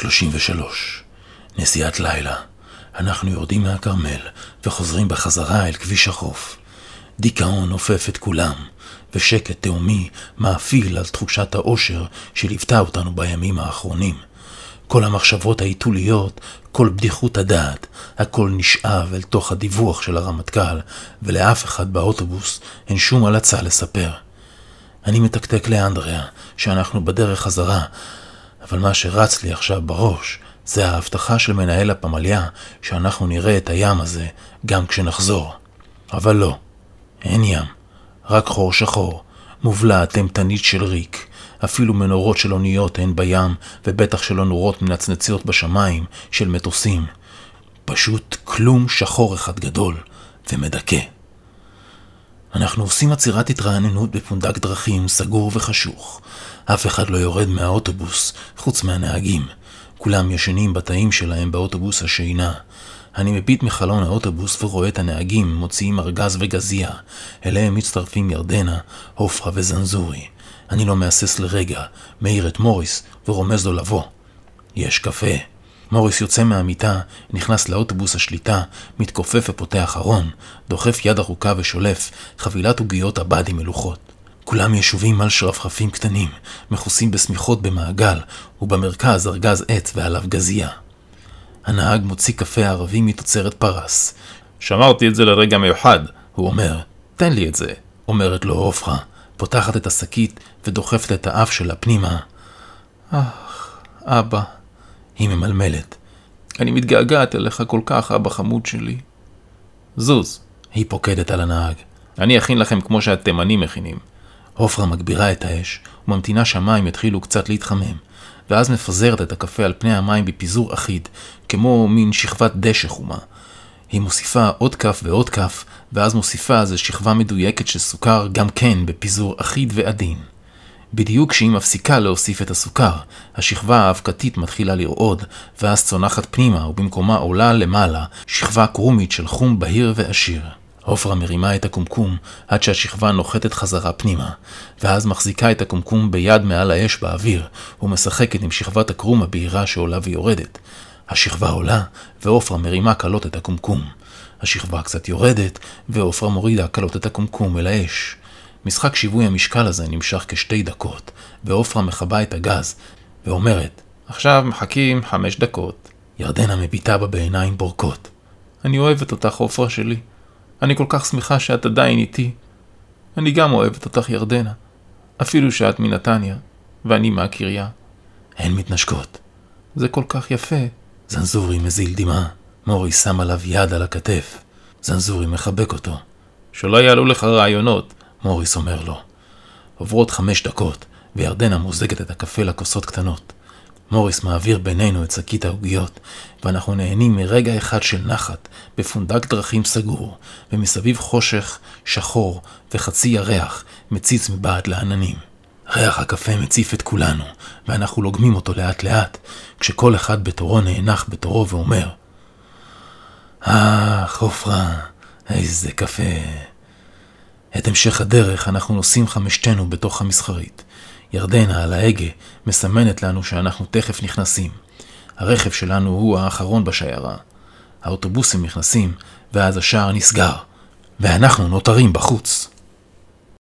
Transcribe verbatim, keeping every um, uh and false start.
שלושים ושלוש. נסיעת לילה. אנחנו יורדים מהקרמל וחוזרים בחזרה אל כביש החוף. דיכאון נופף את כולם, ושקט תאומי מאפיל על תחושת האושר שליוותה אותנו בימים האחרונים. כל המחשבות העיתוליות, כל בדיחות הדעת, הכל נשאב אל תוך הדיווח של הרמטכ"ל, ולאף אחד באוטובוס אין שום הלצה לספר. אני מתקתק לאנדריה שאנחנו בדרך חזרה, אבל מה שרץ לי עכשיו בראש זה ההבטחה של מנהל הפמליה שאנחנו נראה את הים הזה גם כשנחזור. אבל לא, אין ים, רק חור שחור, מובלעת תמתנית של ריק. אפילו מנורות של אוניות אין בים, ובטח שלא נורות מנצנציות בשמיים של מטוסים. פשוט כלום שחור אחד גדול ומדכא. אנחנו עושים עצירת התרעננות בפונדק דרכים סגור וחשוך. אף אחד לא יורד מהאוטובוס חוץ מהנהגים. כולם ישנים בתאים שלהם באוטובוס השינה. אני מביט מחלון האוטובוס ורואה את הנהגים מוציאים ארגז וגזייה. אליהם מצטרפים ירדנה, עופרה וזנזורי. אני לא מאסס לרגע, מאיר את מוריס ורומז לו לבוא. יש קפה. מוריס יוצא מהמיטה, נכנס לאוטובוס השליטה, מתכופף ופותח ארון, דוחף יד ארוכה ושולף חבילת עוגיות עבדי מלוכות. כולם ישובים על שרפרפים קטנים, מכוסים בסמיכות במעגל, ובמרכז ארגז עץ ועליו גזייה. הנהג מוציא קפה ערבי מתוצרת פרס. שמרתי את זה לרגע מיוחד, הוא אומר. תן לי את זה, אומרת לו עופרה, פותחת את השקית ודוחפת את האף שלה פנימה. אך, אבא, היא ממלמלת. אני מתגעגעת אליך כל כך, אבא חמוד שלי. זוז, היא פוקדת על הנהג. אני אכין לכם כמו שהתימנים מכינים. עופרה מגבירה את האש וממתינה שהמים יתחילו קצת להתחמם, ואז מפזרת את הקפה על פני המים בפיזור אחיד, כמו מין שכבת דשא חומה. היא מוסיפה עוד כף ועוד כף, ואז מוסיפה איזו שכבה מדויקת של סוכר גם כן בפיזור אחיד ועדין. בדיוק כשהיא מפסיקה להוסיף את הסוכר, השכבה האבקתית מתחילה לרעוד, ואז צונחת פנימה ובמקומה עולה למעלה שכבה קרומית של חום בהיר ועשיר. עופרה מרימה את הקומקום עד שהשכבה נוחתת חזרה פנימה, ואז מחזיקה את הקומקום ביד מעל האש באוויר, ומשחקת עם שכבת הקרום הבהירה שעולה ויורדת. השכבה עולה, ועופרה מרימה קלות את הקומקום. השכבה קצת יורדת, ועופרה מורידה קלות את הקומקום אל האש. משחק שיווי המשקל הזה נמשך כשתי דקות, ועופרה מחבה את הגז, ואומרת, עכשיו מחכים חמש דקות. ירדנה מביטה בה בעיניים בורקות. אני אוהבת אותך, עופרה שלי. אני כל כך שמחה שאת עדיין איתי. אני גם אוהבת אותך, ירדנה. אפילו שאת מנתניה, ואני מהקריה. הן מתנשקות. זה כל כך יפה. זנזורי מזיל דמעה. מורי שם עליו יד על הכתף. זנזורי מחבק אותו. שלא יעלו לך רעיונות, מוריס אומר לו. עוברות חמש דקות, וירדנה מוזגת את הקפה לכוסות קטנות. מוריס מעביר בינינו את שקית העוגיות, ואנחנו נהנים מרגע אחד של נחת, בפונדק דרכים סגור, ומסביב חושך, שחור וחצי ירח מציץ מבעד לעננים. ריח הקפה מציף את כולנו, ואנחנו לוגמים אותו לאט לאט, כשכל אחד בתורו נאנח בתורו ואומר, אה, עופרה, איזה קפה. את המשך הדרך אנחנו נוסעים חמשתנו בתוך המסחרית. ירדנה על ההגה מסמנת לנו שאנחנו תכף נכנסים. הרכב שלנו הוא האחרון בשיירה. האוטובוסים נכנסים, ואז השער נסגר, ואנחנו נותרים בחוץ.